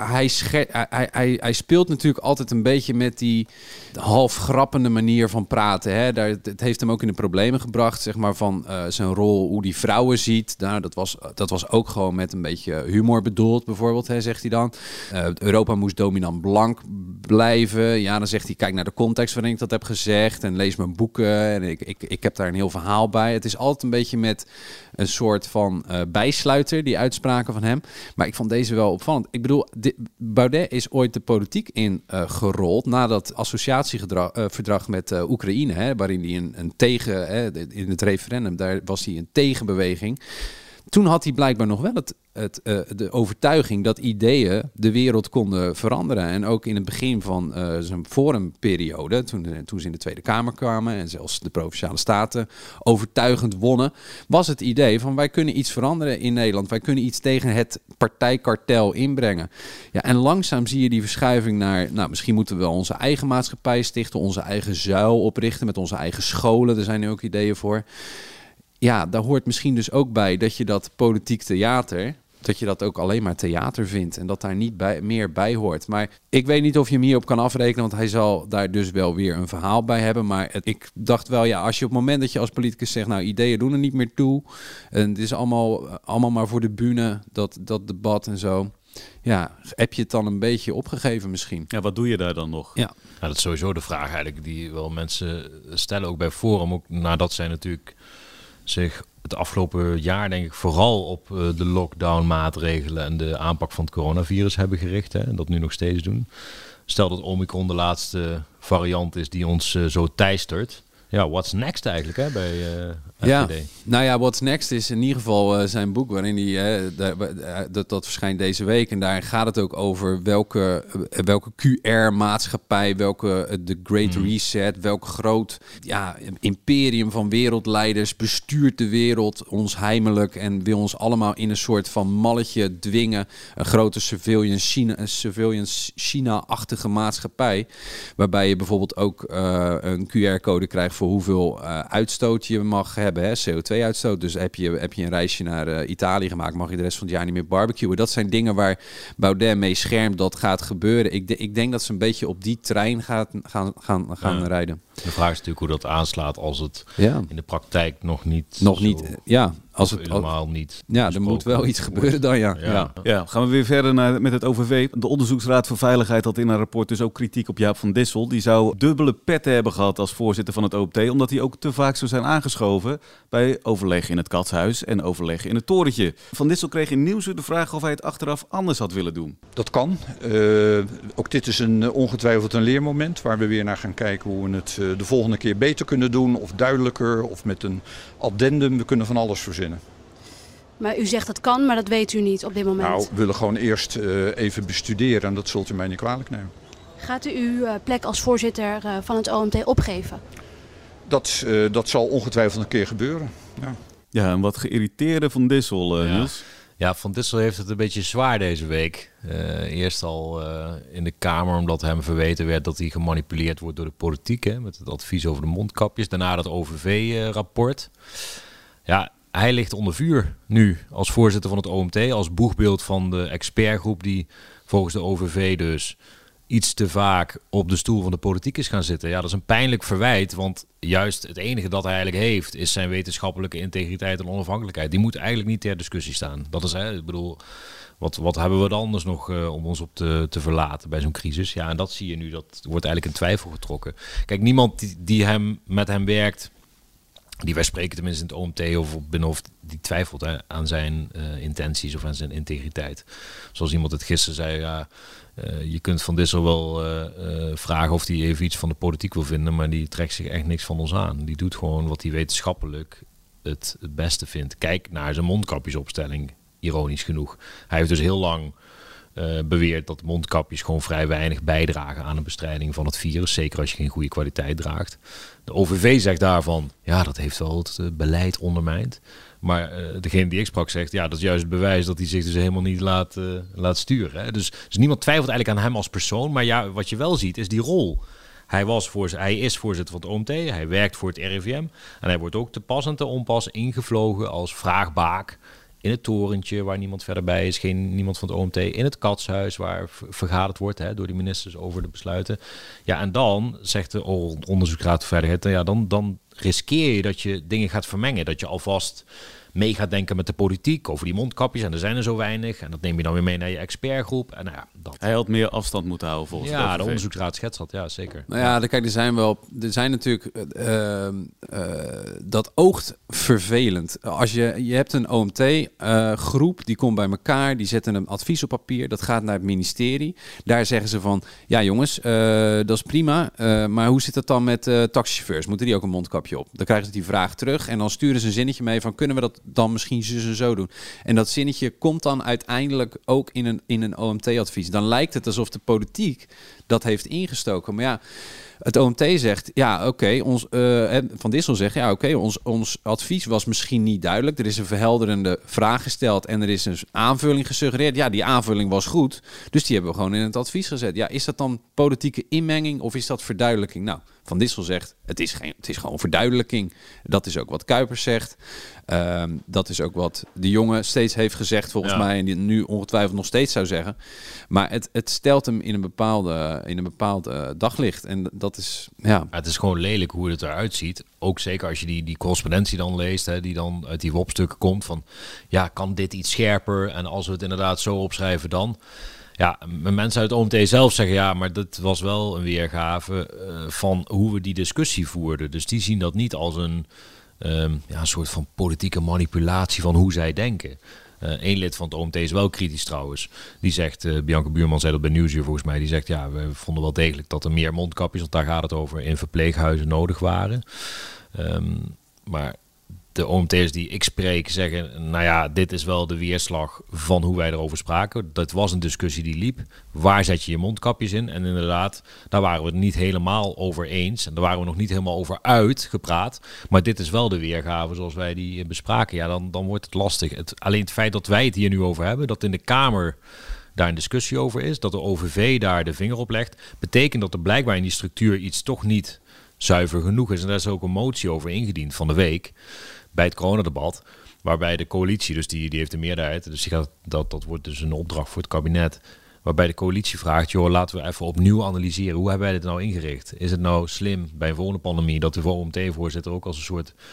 Hij speelt natuurlijk altijd een beetje met die half grappende manier van praten. Hè. Het heeft hem ook in de problemen gebracht, zeg maar, van zijn rol, hoe die vrouwen ziet. Nou, dat was ook gewoon met een beetje humor bedoeld, bijvoorbeeld, hè, zegt hij dan. Europa moest dominant blank blijven. Ja, dan zegt hij, kijk naar de context waarin ik dat heb gezegd en lees mijn boeken en ik heb daar een heel verhaal bij. Het is altijd een beetje met een soort van bijsluiter, die uitspraken van hem. Maar ik vond deze wel opvallend. Ik bedoel, Baudet is ooit de politiek in gerold na dat associatieverdrag met Oekraïne, hè, waarin hij een tegen, in het referendum, daar was hij een tegenbeweging. Toen had hij blijkbaar nog wel de overtuiging dat ideeën de wereld konden veranderen. En ook in het begin van zijn forumperiode, toen ze in de Tweede Kamer kwamen en zelfs de Provinciale Staten overtuigend wonnen, was het idee van wij kunnen iets veranderen in Nederland. Wij kunnen iets tegen het partijkartel inbrengen. Ja, en langzaam zie je die verschuiving naar, nou, misschien moeten we wel onze eigen maatschappij stichten, onze eigen zuil oprichten met onze eigen scholen. Er zijn nu ook ideeën voor. Ja, daar hoort misschien dus ook bij dat je dat politiek theater, dat je dat ook alleen maar theater vindt en dat daar niet meer bij hoort. Maar ik weet niet of je hem hierop kan afrekenen, want hij zal daar dus wel weer een verhaal bij hebben. Maar ik dacht wel, ja, als je op het moment dat je als politicus zegt, nou, ideeën doen er niet meer toe, en het is allemaal maar voor de bühne, dat debat en zo. Ja, heb je het dan een beetje opgegeven misschien? Ja, wat doe je daar dan nog? Ja, dat is sowieso de vraag eigenlijk die wel mensen stellen, ook bij Forum, ook nadat zij natuurlijk zich het afgelopen jaar denk ik vooral op de lockdown-maatregelen en de aanpak van het coronavirus hebben gericht. Hè, en dat nu nog steeds doen. Stel dat Omicron de laatste variant is die ons zo teistert. Ja, what's next eigenlijk hè, bij FVD? Ja, nou ja, what's next is in ieder geval zijn boek waarin hij, dat verschijnt deze week. En daar gaat het ook over welke QR-maatschappij, de Great Reset, welk groot imperium van wereldleiders bestuurt de wereld ons heimelijk en wil ons allemaal in een soort van malletje dwingen. Een grote surveillance China-achtige maatschappij, waarbij je bijvoorbeeld ook een QR-code krijgt voor hoeveel uitstoot je mag hebben, hè, CO2-uitstoot. Dus heb je een reisje naar Italië gemaakt, mag je de rest van het jaar niet meer barbecuen. Dat zijn dingen waar Baudet mee schermt dat gaat gebeuren. Ik denk dat ze een beetje op die trein gaan rijden. De vraag is natuurlijk hoe dat aanslaat als het in de praktijk nog niet. Ja. Als het helemaal niet. Ja, er moet wel iets gebeuren dan, ja. Gaan we weer verder met het OVV. De Onderzoeksraad voor Veiligheid had in haar rapport dus ook kritiek op Jaap van Dissel. Die zou dubbele petten hebben gehad als voorzitter van het OMT, omdat hij ook te vaak zou zijn aangeschoven bij overleg in het Katshuis en overleg in het torentje. Van Dissel kreeg in Nieuwsuur de vraag of hij het achteraf anders had willen doen. Dat kan. Ook dit is ongetwijfeld een leermoment waar we weer naar gaan kijken hoe we het de volgende keer beter kunnen doen of duidelijker of met een addendum. We kunnen van alles verzinnen. Maar u zegt dat kan, maar dat weet u niet op dit moment. Nou, we willen gewoon eerst even bestuderen en dat zult u mij niet kwalijk nemen. Gaat u uw plek als voorzitter van het OMT opgeven? Dat zal ongetwijfeld een keer gebeuren. Ja, en wat geïrriteerde Van Dissel, Niels? Ja, Van Dissel heeft het een beetje zwaar deze week. Eerst al in de Kamer, omdat hem verweten werd dat hij gemanipuleerd wordt door de politiek. Hè, met het advies over de mondkapjes. Daarna dat OVV-rapport. Ja, hij ligt onder vuur nu als voorzitter van het OMT. Als boegbeeld van de expertgroep die volgens de OVV dus iets te vaak op de stoel van de politiek is gaan zitten. Ja, dat is een pijnlijk verwijt, want juist het enige dat hij eigenlijk heeft is zijn wetenschappelijke integriteit en onafhankelijkheid. Die moet eigenlijk niet ter discussie staan. Dat is, ik bedoel, wat hebben we dan anders nog om ons op te verlaten bij zo'n crisis? Ja, en dat zie je nu, dat wordt eigenlijk in twijfel getrokken. Kijk, niemand die met hem werkt, die wij spreken tenminste in het OMT of op Binnenhof, die twijfelt aan zijn intenties of aan zijn integriteit. Zoals iemand het gisteren zei, ja, je kunt Van Dissel wel vragen of hij even iets van de politiek wil vinden, maar die trekt zich echt niks van ons aan. Die doet gewoon wat hij wetenschappelijk het beste vindt. Kijk naar zijn mondkapjesopstelling, ironisch genoeg. Hij heeft dus heel lang beweert dat mondkapjes gewoon vrij weinig bijdragen aan de bestrijding van het virus. Zeker als je geen goede kwaliteit draagt. De OVV zegt daarvan, ja, dat heeft wel het beleid ondermijnd. Maar degene die ik sprak zegt, ja, dat is juist het bewijs dat hij zich dus helemaal niet laat sturen. Hè? Dus niemand twijfelt eigenlijk aan hem als persoon. Maar ja, wat je wel ziet is die rol. Hij is voorzitter van het OMT, hij werkt voor het RIVM. En hij wordt ook te pas en te onpas ingevlogen als vraagbaak in het torentje waar niemand verder bij is, niemand van het OMT, in het Katshuis waar vergaderd wordt door de ministers over de besluiten. Ja, en dan zegt de Onderzoeksraad voor Veiligheid, ja, dan riskeer je dat je dingen gaat vermengen, dat je alvast mee gaat denken met de politiek over die mondkapjes en er zijn er zo weinig en dat neem je dan weer mee naar je expertgroep. En nou ja, dat. Hij had meer afstand moeten houden volgens de OVV. De Onderzoeksraad schetst dat, ja zeker. Nou ja, kijk, er zijn natuurlijk, dat oogt vervelend. Als je hebt een OMT-groep, die komt bij elkaar, die zetten een advies op papier, dat gaat naar het ministerie. Daar zeggen ze van, ja jongens, dat is prima, maar hoe zit het dan met taxichauffeurs? Moeten die ook een mondkapje op? Dan krijgen ze die vraag terug en dan sturen ze een zinnetje mee van, kunnen we dat dan misschien zo doen? En dat zinnetje komt dan uiteindelijk ook in een OMT-advies. Dan lijkt het alsof de politiek dat heeft ingestoken. Maar ja, het OMT zegt, ja oké, Van Dissel zegt, ja oké, ons advies was misschien niet duidelijk. Er is een verhelderende vraag gesteld en er is een aanvulling gesuggereerd. Ja, die aanvulling was goed, dus die hebben we gewoon in het advies gezet. Ja, is dat dan politieke inmenging of is dat verduidelijking? Nou, Van Dissel zegt, het is gewoon verduidelijking. Dat is ook wat Kuipers zegt. Dat is ook wat de jongen steeds heeft gezegd volgens mij en die nu ongetwijfeld nog steeds zou zeggen. Maar het stelt hem in een bepaald daglicht en dat is, ja. Het is gewoon lelijk hoe het eruit ziet. Ook zeker als je die correspondentie dan leest, die dan uit die WOP-stukken komt van, ja, kan dit iets scherper en als we het inderdaad zo opschrijven dan. Ja, mensen uit het OMT zelf zeggen, ja, maar dat was wel een weergave van hoe we die discussie voerden. Dus die zien dat niet als een soort van politieke manipulatie van hoe zij denken. Eén lid van het OMT is wel kritisch trouwens. Die zegt, Bianca Buurman zei dat bij Nieuwsuur volgens mij, die zegt, ja, we vonden wel degelijk dat er meer mondkapjes, want daar gaat het over, in verpleeghuizen nodig waren. Maar de OMT'ers die ik spreek zeggen, nou ja, dit is wel de weerslag van hoe wij erover spraken. Dat was een discussie die liep. Waar zet je je mondkapjes in? En inderdaad, daar waren we het niet helemaal over eens. En daar waren we nog niet helemaal over uitgepraat. Maar dit is wel de weergave zoals wij die bespraken. Ja, dan wordt het lastig. Alleen het feit dat wij het hier nu over hebben, dat in de Kamer daar een discussie over is, dat de OVV daar de vinger op legt, betekent dat er blijkbaar in die structuur iets toch niet zuiver genoeg is. En daar is ook een motie over ingediend van de week bij het coronadebat, waarbij de coalitie, dus die heeft de meerderheid, dus dat wordt dus een opdracht voor het kabinet, waarbij de coalitie vraagt, joh, laten we even opnieuw analyseren. Hoe hebben wij dit nou ingericht? Is het nou slim bij een volgende pandemie dat de OMT-voorzitter ook als een soort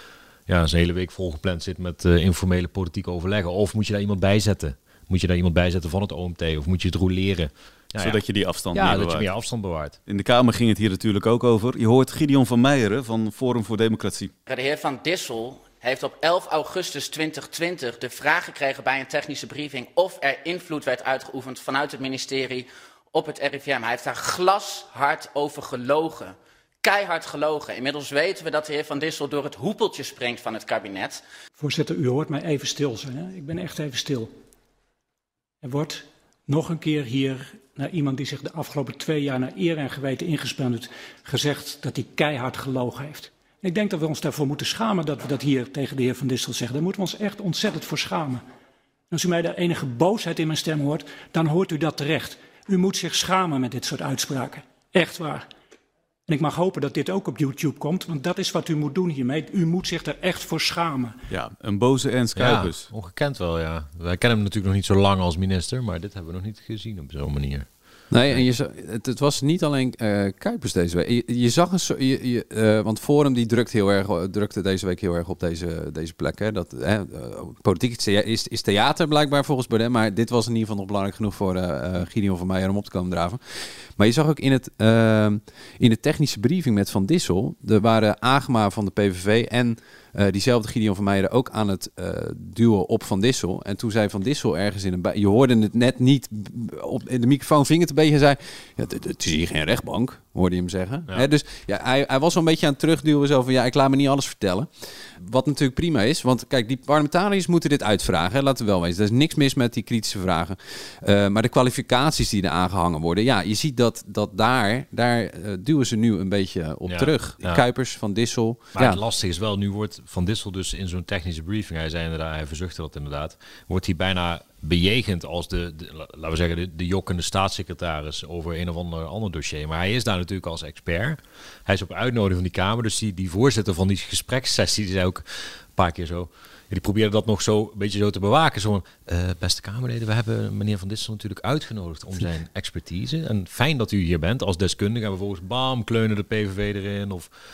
een hele week volgepland zit met informele politieke overleggen. Of moet je daar iemand bij zetten? Moet je daar iemand bij zetten van het OMT? Of moet je het roleren? Zodat je die afstand dat je meer afstand bewaart. In de Kamer ging het hier natuurlijk ook over. Je hoort Gideon van Meijeren van Forum voor Democratie. De heer Van Dissel heeft op 11 augustus 2020 de vraag gekregen bij een technische briefing of er invloed werd uitgeoefend vanuit het ministerie op het RIVM. Hij heeft daar glashard over gelogen. Keihard gelogen. Inmiddels weten we dat de heer Van Dissel door het hoepeltje springt van het kabinet. Voorzitter, u hoort mij even stil zijn. Hè? Ik ben echt even stil. Er wordt nog een keer hier naar iemand die zich de afgelopen 2 jaar naar eer en geweten ingespannen heeft, gezegd dat hij keihard gelogen heeft. En ik denk dat we ons daarvoor moeten schamen dat we dat hier tegen de heer Van Dissel zeggen. Daar moeten we ons echt ontzettend voor schamen. En als u mij daar enige boosheid in mijn stem hoort, dan hoort u dat terecht. U moet zich schamen met dit soort uitspraken. Echt waar. En ik mag hopen dat dit ook op YouTube komt, want dat is wat u moet doen hiermee. U moet zich er echt voor schamen. Ja, een boze Ernst Kuipers. Ja, ongekend wel, ja. Wij kennen hem natuurlijk nog niet zo lang als minister, maar dit hebben we nog niet gezien op zo'n manier. Nee, en het was niet alleen Kuipers deze week. Je zag want Forum die drukte deze week heel erg op deze plek. Hè. Politiek is theater blijkbaar volgens Baudet, maar dit was in ieder geval nog belangrijk genoeg voor Gideon van Meijer om op te komen draven. Maar je zag ook in de technische briefing met Van Dissel, er waren Agema van de PVV en diezelfde Gideon van Meijer ook aan het duwen op Van Dissel. En toen zei Van Dissel ergens je hoorde het net niet, in de microfoon ving het een beetje en zei, het is hier geen rechtbank, hoorde je hem zeggen. Ja. Hè, dus ja, hij was wel een beetje aan het terugduwen, zo van ik laat me niet alles vertellen. Wat natuurlijk prima is, want kijk, die parlementariërs moeten dit uitvragen, hè, laten we wel weten. Er is niks mis met die kritische vragen. Maar de kwalificaties die er aangehangen worden, je ziet dat daar duwen ze nu een beetje op terug. Ja. Kuipers, Van Dissel. Maar het lastige is wel, nu wordt Van Dissel dus in zo'n technische briefing, hij verzuchtte dat inderdaad, wordt hij bijna bejegend als laten we zeggen, de jokkende staatssecretaris over een of ander dossier. Maar hij is daar natuurlijk als expert. Hij is op uitnodiging van die Kamer, dus die voorzitter van die gesprekssessie, die zei ook een paar keer zo, die probeerde dat nog zo een beetje zo te bewaken. Zo van, beste Kamerleden, we hebben meneer Van Dissel natuurlijk uitgenodigd om zijn expertise. En fijn dat u hier bent als deskundige. En vervolgens, bam, kleunen de PVV erin.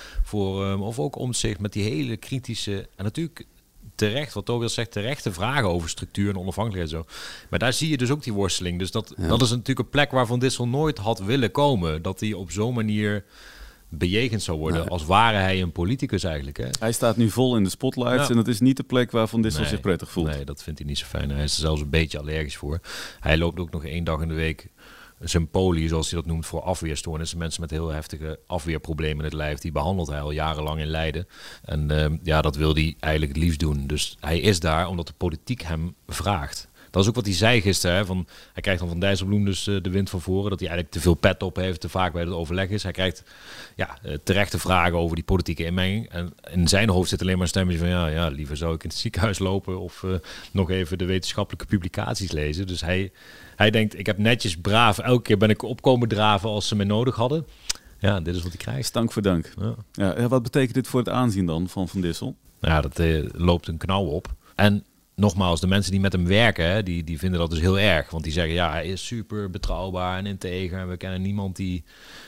Of ook Omtzigt met die hele kritische, en natuurlijk terecht, wat Tobias zegt, terechte vragen over structuur en onafhankelijkheid en zo. Maar daar zie je dus ook die worsteling. Dus dat is natuurlijk een plek waar Van Dissel nooit had willen komen. Dat hij op zo'n manier bejegend zou worden, als ware hij een politicus eigenlijk. Hè? Hij staat nu vol in de spotlights en dat is niet de plek waar Van Dissel zich prettig voelt. Nee, dat vindt hij niet zo fijn. Hij is er zelfs een beetje allergisch voor. Hij loopt ook nog 1 dag in de week zijn poli, zoals hij dat noemt, voor afweerstoornissen. Mensen met heel heftige afweerproblemen in het lijf, die behandelt hij al jarenlang in Leiden. En dat wil hij eigenlijk het liefst doen. Dus hij is daar omdat de politiek hem vraagt. Dat is ook wat hij zei gisteren. Hè, hij krijgt dan van Dijsselbloem dus de wind van voren. Dat hij eigenlijk te veel pet op heeft, te vaak bij het overleg is. Hij krijgt terechte vragen over die politieke inmenging. En in zijn hoofd zit alleen maar een stemmetje van liever zou ik in het ziekenhuis lopen of nog even de wetenschappelijke publicaties lezen. Dus hij denkt, ik heb netjes braaf, elke keer ben ik opkomen draven als ze me nodig hadden. Ja, dit is wat hij krijgt. Stank voor dank. Ja, wat betekent dit voor het aanzien dan van Dissel? Ja, dat loopt een knauw op. En nogmaals, de mensen die met hem werken, die vinden dat dus heel erg. Want die zeggen, hij is super betrouwbaar en integer. En we kennen niemand die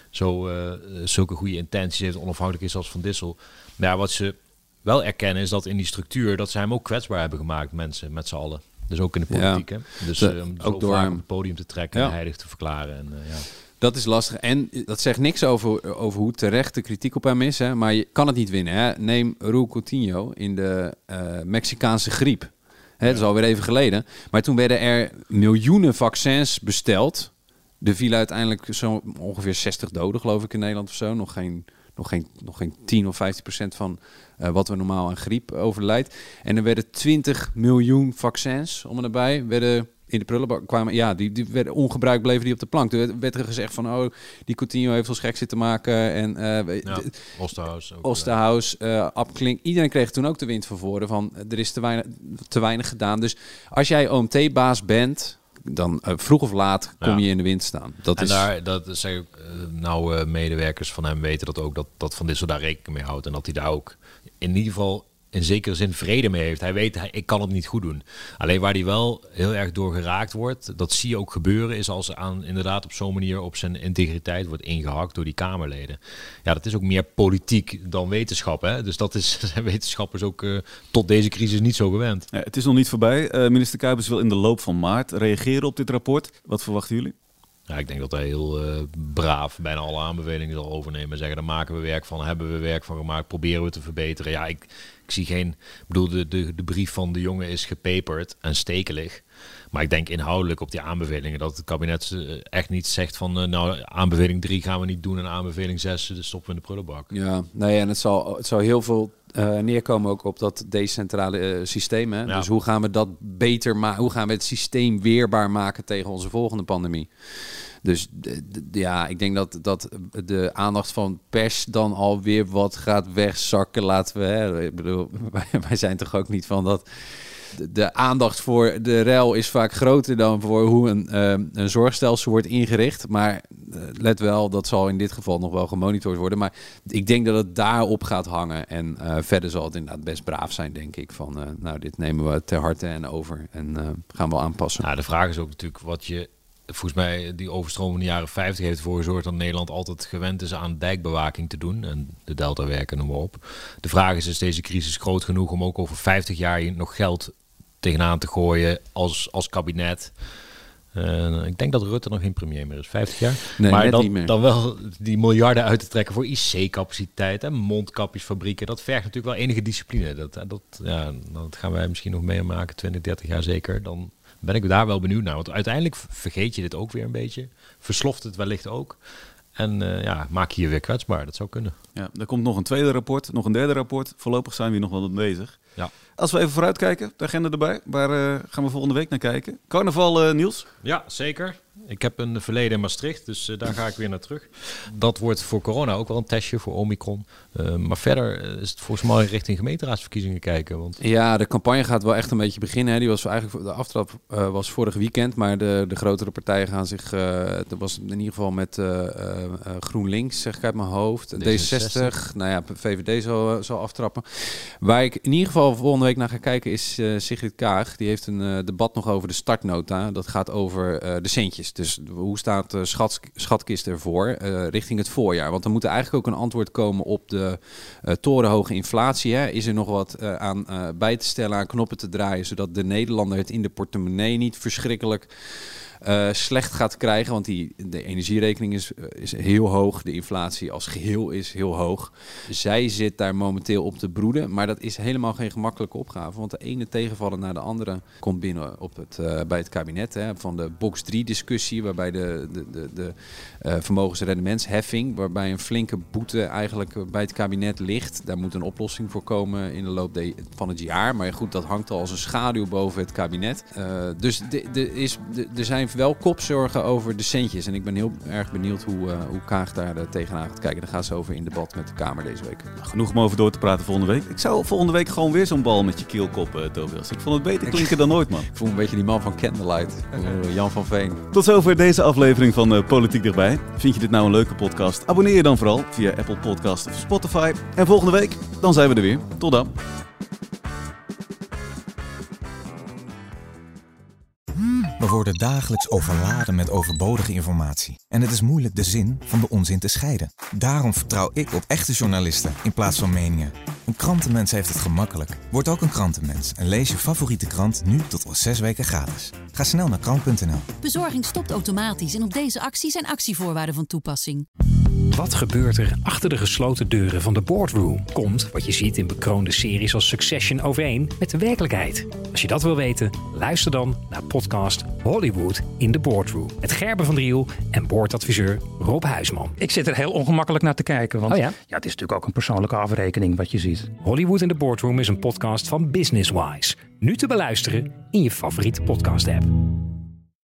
zulke goede intenties heeft, onafhankelijk is als Van Dissel. Maar wat ze wel erkennen is dat in die structuur, dat ze hem ook kwetsbaar hebben gemaakt, mensen met z'n allen. Dus ook in de politiek. Hè? Dus ook door hem op het podium te trekken en heilig te verklaren. En, Dat is lastig. En dat zegt niks over hoe terecht de kritiek op hem is. Hè? Maar je kan het niet winnen. Hè? Neem Raúl Coutinho in de Mexicaanse griep. Dat is alweer even geleden. Maar toen werden er miljoenen vaccins besteld. Er vielen uiteindelijk zo ongeveer 60 doden, geloof ik, in Nederland of zo. Nog geen 10 of 15% van wat we normaal aan griep overlijdt. En er werden 20 miljoen vaccins om en nabij. Werden in de prullenbak kwamen, die werden ongebruikt, bleven die op de plank. Er werd er gezegd van, die Coutinho heeft ons gek zitten maken. En Osterhaus, Abklink. Iedereen kreeg toen ook de wind van voren van, er is te weinig gedaan. Dus als jij OMT-baas bent, dan vroeg of laat kom je in de wind staan. Dat zeg ik, medewerkers van hem weten dat ook, dat Van Dissel daar rekening mee houdt. En dat hij daar ook in ieder geval in zekere zin vrede mee heeft. Hij weet, ik kan het niet goed doen. Alleen waar hij wel heel erg door geraakt wordt, dat zie je ook gebeuren, is als inderdaad op zo'n manier op zijn integriteit wordt ingehakt door die Kamerleden. Ja, dat is ook meer politiek dan wetenschap. Hè? Dus dat zijn wetenschappers ook tot deze crisis niet zo gewend. Ja, het is nog niet voorbij. Minister Kuipers wil in de loop van maart reageren op dit rapport. Wat verwachten jullie? Ja, ik denk dat hij heel braaf bijna alle aanbevelingen zal overnemen en zeggen, daar maken we werk van, hebben we werk van gemaakt, proberen we te verbeteren. Ja, ik zie geen... Ik bedoel, de brief van de jongen is gepeperd en stekelig. Maar ik denk inhoudelijk op die aanbevelingen dat het kabinet echt niet zegt van aanbeveling 3 gaan we niet doen en aanbeveling 6 stoppen we in de prullenbak. Ja, nee, en het zal heel veel neerkomen ook op dat decentrale systeem. Hè? Ja. Dus hoe gaan we dat beter maken? Hoe gaan we het systeem weerbaar maken tegen onze volgende pandemie? Dus ja, ik denk dat de aandacht van pers dan alweer wat gaat wegzakken. Laten we, hè? Ik bedoel, wij zijn toch ook niet van dat... De aandacht voor de rel is vaak groter dan voor hoe een zorgstelsel wordt ingericht. Maar let wel, dat zal in dit geval nog wel gemonitord worden. Maar ik denk dat het daarop gaat hangen. En verder zal het inderdaad best braaf zijn, denk ik. Van dit nemen we ter harte en over. En gaan we aanpassen. Nou, de vraag is ook natuurlijk wat je... Volgens mij, die overstroom in de jaren 50 heeft ervoor gezorgd dat Nederland altijd gewend is aan dijkbewaking te doen. En de deltawerken, noem maar op. De vraag is deze crisis groot genoeg om ook over 50 jaar nog geld tegenaan te gooien als kabinet? Ik denk dat Rutte nog geen premier meer is, 50 jaar. Nee, maar dan wel die miljarden uit te trekken voor IC-capaciteit en mondkapjesfabrieken. Dat vergt natuurlijk wel enige discipline. Dat gaan wij misschien nog meemaken, 20, 30 jaar zeker. Dan ben ik daar wel benieuwd naar. Want uiteindelijk vergeet je dit ook weer een beetje. Versloft het wellicht ook. En maak je je weer kwetsbaar. Dat zou kunnen. Ja, er komt nog een tweede rapport, nog een derde rapport. Voorlopig zijn we hier nog wel mee bezig. Ja. Als we even vooruitkijken, de agenda erbij. Waar gaan we volgende week naar kijken? Carnaval, Niels? Ja, zeker. Ik heb een verleden in Maastricht, dus daar ga ik weer naar terug. Dat wordt voor corona ook wel een testje voor Omicron. Maar verder is het volgens mij richting gemeenteraadsverkiezingen kijken. Want... Ja, de campagne gaat wel echt een beetje beginnen. Hè. Die was eigenlijk, de aftrap was vorig weekend, maar de grotere partijen gaan zich... dat was in ieder geval met GroenLinks, zeg ik uit mijn hoofd. D66, nou ja, VVD zal aftrappen. Waar ik in ieder geval volgende week naar ga kijken is Sigrid Kaag. Die heeft een debat nog over de startnota. Dat gaat over de centjes. Dus hoe staat de schatkist ervoor richting het voorjaar? Want er moet eigenlijk ook een antwoord komen op de torenhoge inflatie. Hè? Is er nog wat aan bij te stellen, aan knoppen te draaien, zodat de Nederlander het in de portemonnee niet verschrikkelijk slecht gaat krijgen? Want de energierekening is heel hoog. De inflatie als geheel is heel hoog. Zij zit daar momenteel op te broeden. Maar dat is helemaal geen gemakkelijke opgave. Want de ene tegenvaller naar de andere komt binnen bij het kabinet. Hè, van de box 3 discussie. Waarbij de vermogensrendementsheffing. Waarbij een flinke boete eigenlijk bij het kabinet ligt. Daar moet een oplossing voor komen in de loop van het jaar. Maar goed, dat hangt al als een schaduw boven het kabinet. Dus er zijn wel kopzorgen over de centjes. En ik ben heel erg benieuwd hoe Kaag daar tegenaan gaat kijken. Daar gaat ze over in debat met de Kamer deze week. Genoeg om over door te praten volgende week. Ik zou volgende week gewoon weer zo'n bal met je keelkop, Tobias. Ik vond het beter klinken dan ooit, man. Ik voel een beetje die man van Candlelight. Jan van Veen. Tot zover deze aflevering van Politiek Dichtbij. Vind je dit nou een leuke podcast? Abonneer je dan vooral via Apple Podcast of Spotify. En volgende week, dan zijn we er weer. Tot dan. We worden dagelijks overladen met overbodige informatie. En het is moeilijk de zin van de onzin te scheiden. Daarom vertrouw ik op echte journalisten in plaats van meningen. Een krantenmens heeft het gemakkelijk. Word ook een krantenmens en lees je favoriete krant nu tot al 6 weken gratis. Ga snel naar krant.nl. Bezorging stopt automatisch en op deze actie zijn actievoorwaarden van toepassing. Wat gebeurt er achter de gesloten deuren van de boardroom? Komt wat je ziet in bekroonde series als Succession overeen met de werkelijkheid? Als je dat wil weten, luister dan naar podcast Hollywood in the Boardroom. Met Gerben van Driel en boordadviseur Rob Huisman. Ik zit er heel ongemakkelijk naar te kijken. Want het is natuurlijk ook een persoonlijke afrekening wat je ziet. Hollywood in the Boardroom is een podcast van Business Wise. Nu te beluisteren in je favoriete podcast app.